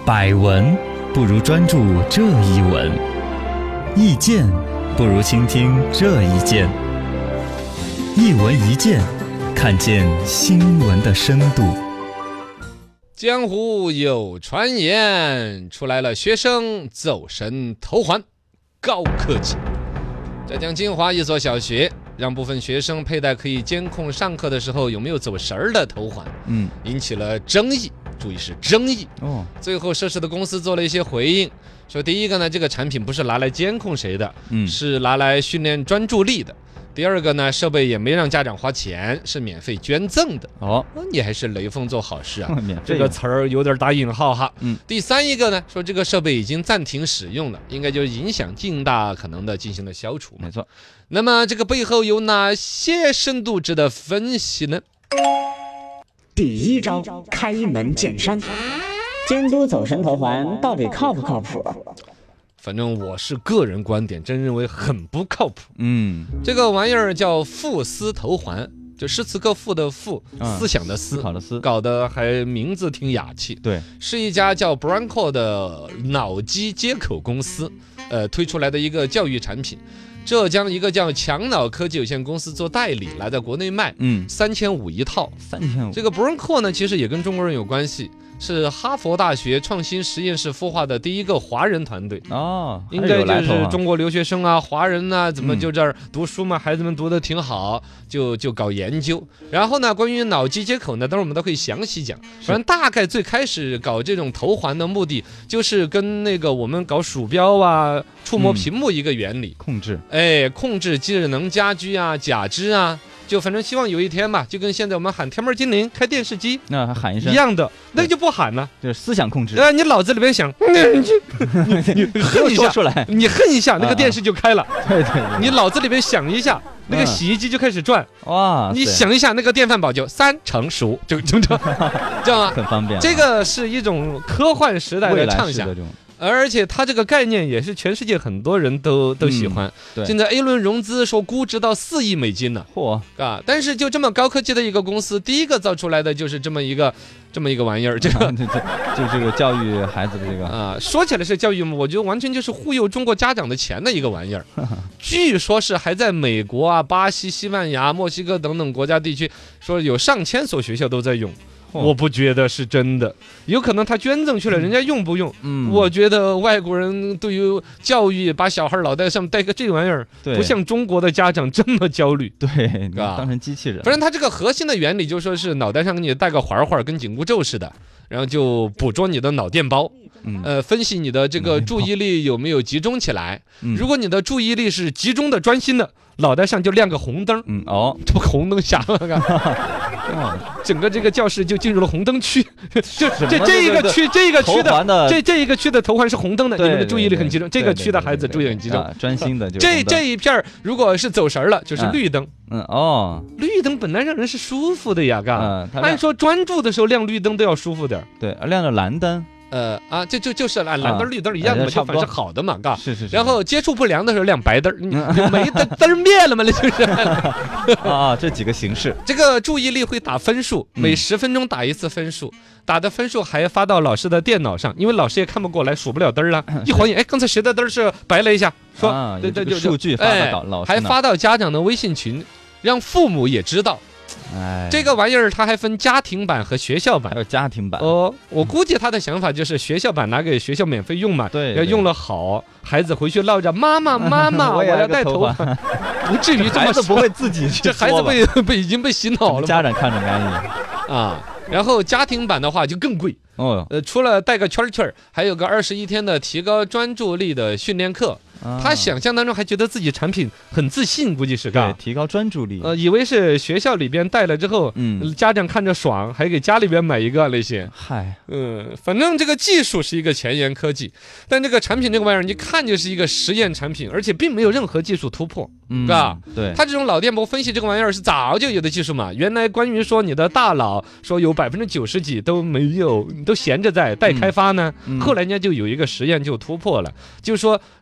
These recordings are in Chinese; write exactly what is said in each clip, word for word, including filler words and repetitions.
百闻不如专注这一闻，意见不如倾听这一见。一闻一见，看见新闻的深度。 江湖有传言，出来了学生走神头环，高科技。浙江金华一所小学让部分学生佩戴可以监控上课的时候有没有走神儿的头环，嗯，引起了争议。注意是争议哦。最后涉事的公司做了一些回应，说第一个呢，这个产品不是拿来监控谁的，嗯，是拿来训练专注力的。第二个呢，设备也没让家长花钱，是免费捐赠的。哦，你还是雷锋做好事啊，这个词儿有点打引号哈。嗯。第三一个呢，说这个设备已经暂停使用了，应该就影响尽大可能的进行了消除。 没错。 那么这个背后有哪些深度值得分析呢？ 第一招，开门见山，监督走神头环到底靠不靠谱？ 反正我是个人观点，真认为很不靠谱。嗯，这个玩意儿叫富思头环，就诗词歌赋的赋，嗯、思想的思， 思考的思， 搞得还名字挺雅气。 对， 是一家叫 Branco 的脑机接口公司，呃，推出来的一个教育产品。浙江一个叫强脑科技有限公司做代理，来在国内卖，嗯，三千五一套， 三千五。 这个 Branco 呢，其实也跟中国人有关系。是哈佛大学创新实验室孵化的第一个华人团队哦， 应该就是中国留学生啊、华人啊，怎么就这儿读书嘛？孩子们读得挺好，就就搞研究。然后呢，关于脑机接口呢，当然我们都可以详细讲。反正大概最开始搞这种头环的目的，就是跟那个我们搞鼠标啊、触摸屏幕一个原理， 控制， 哎，控制智能家居啊、假肢啊。就反正希望有一天吧，就跟现在我们喊天猫精灵开电视机， 那还喊一声一样的，那个就不喊了， 就是思想控制。 呃，你脑子里边想，你你恨一下出来， 你恨一下，那个电视就开了。 对对， 你脑子里边想一下，那个洗衣机就开始转。 哇， 你想一下，那个电饭煲就三成熟，就就这，知道吗？ 很方便。 这个是一种科幻时代的畅想。而且它这个概念也是全世界很多人都都喜欢。嗯、现在 A 轮融资说估值到四亿美金呢，嚯啊！但是就这么高科技的一个公司，第一个造出来的就是这么一个这么一个玩意儿，这个就就这个教育孩子的这个啊，说起来是教育嘛，我觉得完全就是忽悠中国家长的钱的一个玩意儿。据说是还在美国啊、巴西、西班牙、墨西哥等等国家地区，说有上千所学校都在用。我不觉得是真的，有可能他捐赠去了，人家用不用？嗯，我觉得外国人对于教育，把小孩脑袋上戴个这玩意儿，不像中国的家长这么焦虑。 对，当成机器人。 反正他这个核心的原理就说是脑袋上给你戴个环环，跟紧箍咒似的，然后就捕捉你的脑电包。嗯、呃，分析你的这个注意力有没有集中起来。嗯、如果你的注意力是集中的、专心的，脑袋上就亮个红灯。嗯，哦，这不红灯瞎了，哦，整个这个教室就进入了红灯区。就这这一个区，这一个区的这这一个区的头环是红灯的，你们的注意力很集中。这个区的孩子注意力很集中， 专心的。 这这一片如果是走神了，就是绿灯。 嗯哦， 绿灯本来让人是舒服的呀，嘎。按说专注的时候亮绿灯都要舒服点。 对，亮了蓝灯。 呃啊，这就就是蓝蓝灯绿灯一样的嘛，就反正是好的嘛，嘎。 是是是。 然后接触不良的时候亮白灯，你没灯灯灭了嘛，那就是。 啊，这几个形式。 这个注意力会打分数，每十分钟打一次分数，打的分数还发到老师的电脑上，因为老师也看不过来，数不了灯了。一晃眼，哎，刚才谁的灯是白了一下？说对对，就数据发到老师， 还发到家长的微信群，让父母也知道。哎，这个玩意儿它还分家庭版和学校版， 还有家庭版哦。我估计他的想法就是学校版拿给学校免费用嘛， 对， 要用了好，孩子回去闹着妈妈妈妈，我要戴头环，不至于这么不会自己去， 这孩子被被已经被洗脑了， 家长看着安逸啊。然后家庭版的话就更贵哦，呃，除了带个圈圈，还有个二十一天的提高专注力的训练课。他想象当中还觉得自己产品很自信，估计是对提高专注力， 呃，以为是学校里边带了之后，嗯，家长看着爽，还给家里边买一个那些。嗨，嗯，反正这个技术是一个前沿科技，但这个产品这个玩意儿，你看就是一个实验产品，而且并没有任何技术突破，嗯，是吧？ 对， 他这种脑电波分析这个玩意儿是早就有的技术嘛。原来关于说你的大脑说有百分之九十几都没有，都闲着在待开发呢。嗯、后来人家就有一个实验就突破了，就是说实际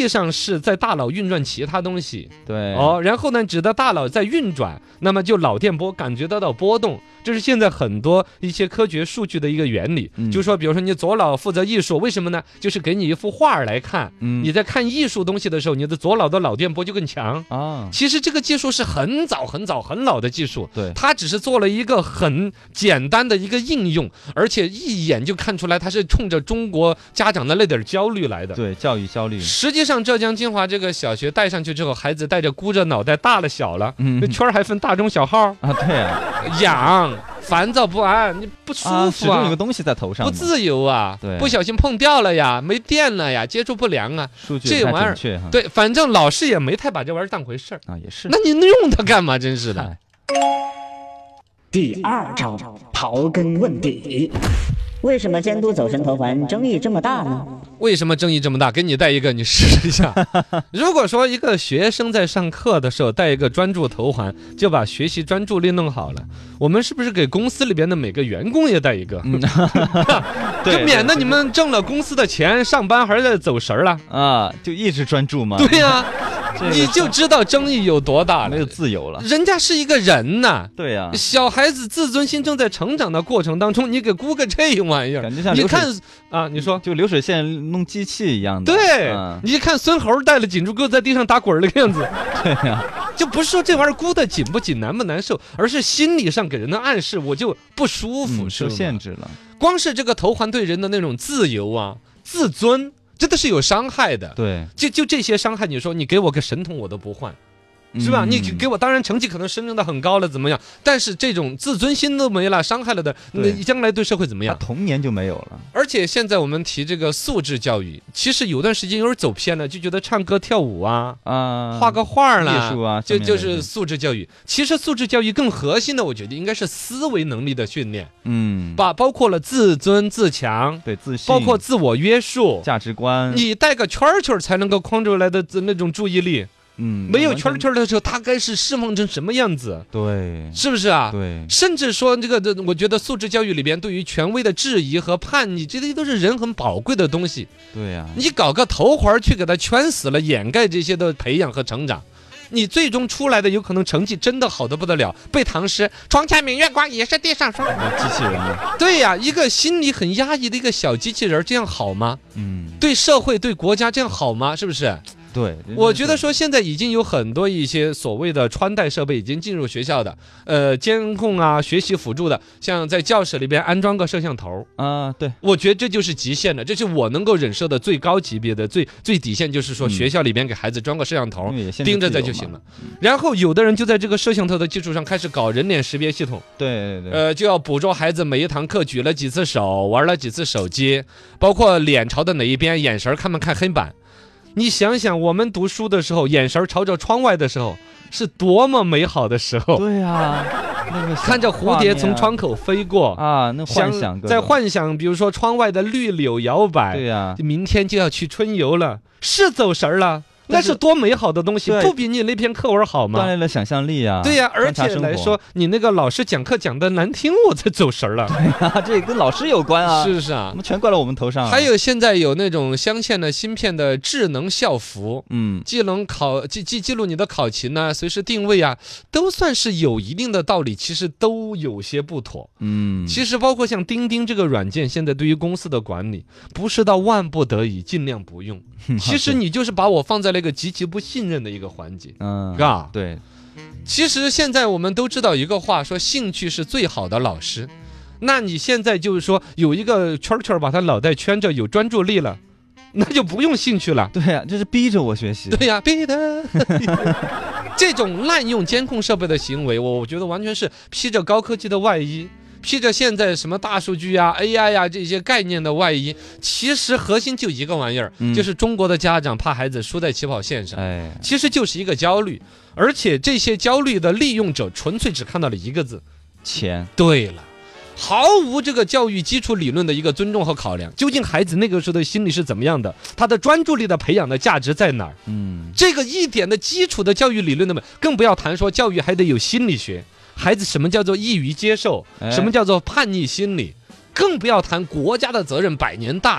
际上是在大脑运转其他东西。 对哦，然后呢，指的大脑在运转，那么就脑电波感觉得到波动，这是现在很多一些科学数据的一个原理。 嗯就是说，比如说你左脑负责艺术，为什么呢？就是给你一幅画儿来看， 嗯你在看艺术东西的时候，你的左脑的脑电波就更强。 啊， 其实这个技术是很早很早很老的技术， 对它只是做了一个很简单的一个应用，而且一眼就看出来它是冲着中国家长的那点焦虑来的。 对教育焦虑， 实际上，浙江金华这个小学带上去之后，孩子带着箍着脑袋，大了小了， 嗯那圈儿还分大中小号， 啊，对啊， 痒、烦躁不安，你不舒啊，始服啊终有个，东西在头上嘛， 不自由啊， 对不小心碰掉了呀，没电了呀，接触不良啊， 数据也不太这玩意儿准确哈， 对，反正老师也没太把这玩意儿当回事儿。 啊，也是， 那你用它干嘛？真是的。 嗨第二招，刨根问底。为什么监督走神头环争议这么大呢？ 为什么争议这么大？给你带一个，你试一下。如果说一个学生在上课的时候带一个专注头环，就把学习专注力弄好了，我们是不是给公司里边的每个员工也带一个？ 嗯就对， 免得你们挣了公司的钱，上班还是在走神儿了。 啊，就一直专注嘛， 对呀、 这个你就知道争议有多大没有了。 自由了， 人家是一个人呐、 对呀， 小孩子自尊心正在成长的过程当中，你给估个这玩意儿， 感觉像流水你看啊，你说。 就流水线弄机器一样的， 对， 嗯你一看孙猴带了紧箍钩在地上打滚儿那个样子， 对呀， 就不是说这玩意儿箍的紧不紧、难不难受，而是心理上给人的暗示，我就不舒服， 嗯受是吗限制了， 光是这个头环对人的那种自由啊、自尊，真的是有伤害的。 对， 就就这些伤害，你说你给我个神童我都不换，是吧？ 嗯你给我，当然成绩可能升的很高了，怎么样？但是这种自尊心都没了，伤害了的，那对将来对社会怎么他样？ 童年就没有了， 而且现在我们提这个素质教育，其实有段时间有点走偏了，就觉得唱歌跳舞啊。 啊， 画个画儿啦， 艺术啊就上面的就是素质教育。其实素质教育更核心的，我觉得应该是思维能力的训练， 嗯， 把包括了自尊自强， 对自信， 包括自我约束。 价值观， 你带个圈儿圈儿才能够框出来的那种注意力， 嗯， 没有完全圈儿圈儿的时候，它该是释放成什么样子？ 对是不是啊？ 对， 甚至说这个，这我觉得素质教育里边对于权威的质疑和叛逆，这些都是人很宝贵的东西。 对呀， 你搞个头环儿去给它圈死了，掩盖这些的培养和成长，你最终出来的有可能成绩真的好得不得了。背唐诗“床前明月光，疑是地上霜”。 机器人了， 对呀，一个心里很压抑的一个小机器人儿，这样好吗？ 嗯， 对社会、对国家这样好吗？是不是？ 对， 我觉得说现在已经有很多一些所谓的穿戴设备已经进入学校的，呃，监控啊、学习辅助的，像在教室里边安装个摄像头， 啊，对， 我觉得这就是极限了，这是我能够忍受的最高级别的最最底线，就是说嗯学校里边给孩子装个摄像头因，为也限制盯着自由嘛在就行了。然后有的人就在这个摄像头的基础上开始搞人脸识别系统， 对对对， 呃，就要捕捉孩子每一堂课举了几次手，玩了几次手机，包括脸朝的哪一边，眼神儿看没看黑板。你想想，我们读书的时候，眼神儿朝着窗外的时候，是多么美好的时候。 对呀，那个看着蝴蝶从窗口飞过， 啊，那幻想想各在种幻想，比如说窗外的绿柳摇摆， 对呀， 明天就要去春游了，是走神儿了。那但是是多美好的东西， 对不比你那篇课文好锻吗？ 炼了想象力啊， 对呀、而观察生活且来说，你那个老师讲课讲的难听，我才走神儿了。 啊，这也跟老师有关啊， 是不是啊怎？么全怪到我们头上啊？ 还有现在有那种镶嵌的芯片的智能校服， 嗯， 既能考记记记录你的考勤呐、随时定位啊，都算是有一定的道理，其实都有些不妥。 嗯， 其实包括像钉钉这个软件，现在对于公司的管理，不是到万不得已尽量不用。其实你就是把我放在了一个极其不信任的一个环节， 嗯， 嘎。 对， 其实现在我们都知道一个话，说兴趣是最好的老师。那你现在就是说有一个圈圈把他脑袋圈着，有专注力了，那就不用兴趣了。 对呀，这是逼着我学习， 对呀，逼的。这种滥用监控设备的行为，我我觉得完全是披着高科技的外衣，披着现在什么大数据啊、A I 呀、这些概念的外衣，其实核心就一个玩意儿， 嗯就是中国的家长怕孩子输在起跑线上， 哎， 其实就是一个焦虑，而且这些焦虑的利用者纯粹只看到了一个字， 钱， 对了。毫无这个教育基础理论的一个尊重和考量，究竟孩子那个时候的心理是怎么样的？他的专注力的培养的价值在哪儿？ 嗯， 这个一点的基础的教育理论的，更不要谈说教育还得有心理学。孩子什么叫做易于接受？ 哎什么叫做叛逆心理？更不要谈国家的责任百年大计，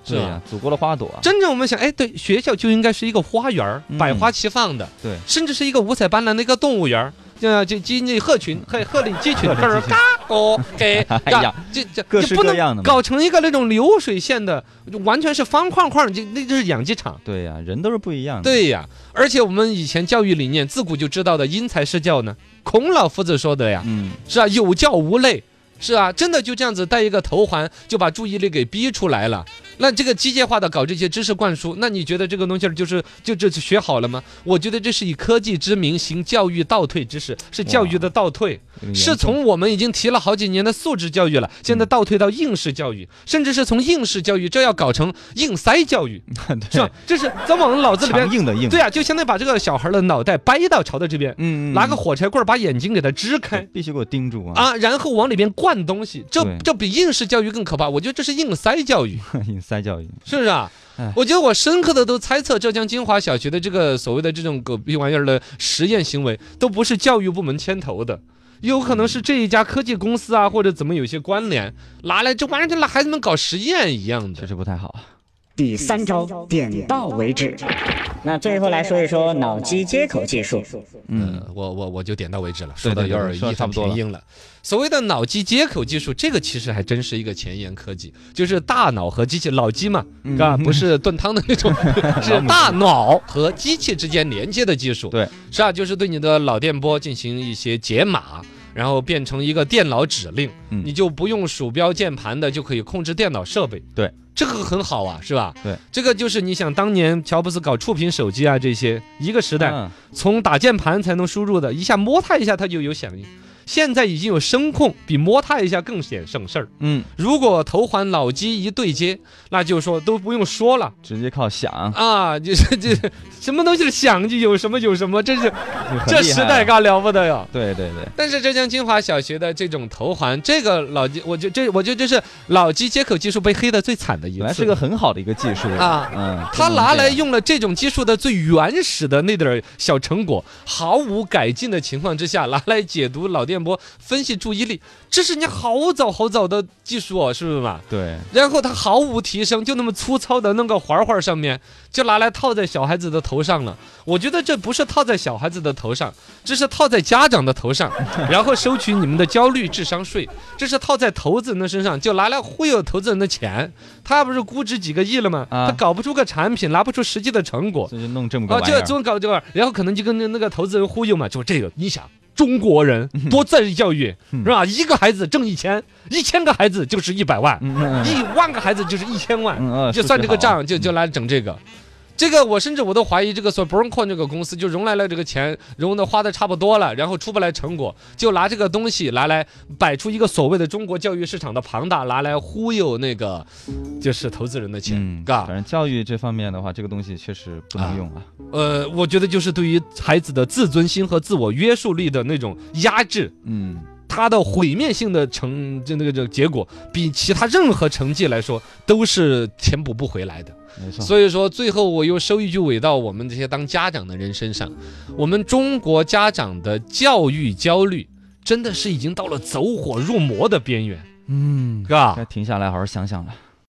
是吧？ 对呀，祖国的花朵啊。 真正我们想，哎，对，学校就应该是一个花园儿， 嗯百花齐放的， 对， 甚至是一个五彩斑斓的一个动物园儿。就就鸡那鹤群，鹤鹤立鸡群，咯儿嘎哦给， 哎呀， 这这各式就不能各样的嘛搞成一个那种流水线的，就完全是方框框，就那就是养鸡场。 对呀，人都是不一样的。 对呀，而且我们以前教育理念自古就知道的因材施教呢，孔老夫子说的呀， 嗯， 是啊，有教无类。是啊，真的就这样子戴一个头环，就把注意力给逼出来了。那这个机械化的搞这些知识灌输，那你觉得这个东西儿就是就这次学好了吗？我觉得这是以科技之名行教育倒退之势，是教育的倒退，是从我们已经提了好几年的素质教育了，现在倒退到应试教育，甚至是从应试教育这要搞成硬塞教育，是吧？这是在我们脑子里边强硬的硬。 对啊，就相当于把这个小孩的脑袋掰到朝的这边， 嗯， 拿个火柴棍把眼睛给它支开， 必须给我盯住啊！ 啊，然后往里边灌东西，这对这比应试教育更可怕。我觉得这是硬塞教育， 硬塞教育是不是啊哎？ 我觉得我深刻的都猜测，浙江金华小学的这个所谓的这种狗逼玩意儿的实验行为，都不是教育部门牵头的。有可能是这一家科技公司啊，或者怎么有些关联，拿来这玩意儿就拿孩子们搞实验一样的确。实不太好。 第三招，点到为止。那最后来说一说脑机接口技术。 嗯， 呃，我我我就点到为止了，说对对的有点对说义愤得差不多了填膺了。所谓的脑机接口技术，这个其实还真是一个前沿科技，就是大脑和机器，脑机嘛， 嗯啊，不是炖汤的那种，是大脑和机器之间连接的技术。 对， 是啊，就是对你的脑电波进行一些解码。然后变成一个电脑指令， 嗯你就不用鼠标键盘的就可以控制电脑设备。 对， 这个很好啊，是吧？ 对， 这个就是你想当年乔布斯搞触屏手机啊，这些一个时代， 嗯从打键盘才能输入的，一下摸它一下它就有响应。现在已经有声控，比摸它一下更显省事儿。 嗯， 如果头环脑机一对接，那就说都不用说了直接靠想， 啊，就是这什么东西响就有什么有什么，这是就很这厉害了时代嘎了不得呀。 对对对， 但是浙江金华小学的这种头环，这个脑机，我觉这我觉得这是脑机接口技术被黑的最惨的一次。 本来是个很好的一个技术啊嗯， 他拿来用了这种技术的最原始的那点儿小成果，毫无改进的情况之下，拿来解读脑电波、分析注意力，这是人家好早好早的技术哦，是不是嘛？ 对， 然后它毫无提升，就那么粗糙的弄个环环上面，就拿来套在小孩子的头上了。我觉得这不是套在小孩子的头上，这是套在家长的头上，然后收取你们的焦虑智商税。这是套在投资人的身上，就拿来忽悠投资人的钱。他不是估值几个亿了吗？ 啊他搞不出个产品，拿不出实际的成果。 所以就弄这么个啊， 玩意儿。 就总搞这个，然后可能就跟那那个投资人忽悠嘛，就这个，你想。中国人多在意教育嗯是吧？一个孩子挣一千，一千个孩子就是一百万， 嗯嗯一万个孩子就是一千万， 嗯嗯， 就算这个数学好账，就就来整这个。这个我甚至我都怀疑，这个所 Broncon 这个公司就融来了这个钱，融的花的差不多了，然后出不来成果，就拿这个东西拿来摆出一个所谓的中国教育市场的庞大，拿来忽悠那个就是投资人的钱， 嗯， 嘎反。正教育这方面的话，这个东西确实不能用啊。 呃，我觉得就是对于孩子的自尊心和自我约束力的那种压制。 嗯， 它的毁灭性的成就那个这个结果，比其他任何成绩来说都是填补不回来的。 没错。 所以说，最后我又收一句尾到我们这些当家长的人身上，我们中国家长的教育焦虑真的是已经到了走火入魔的边缘， 嗯， 是吧？ 该停下来好好想想了。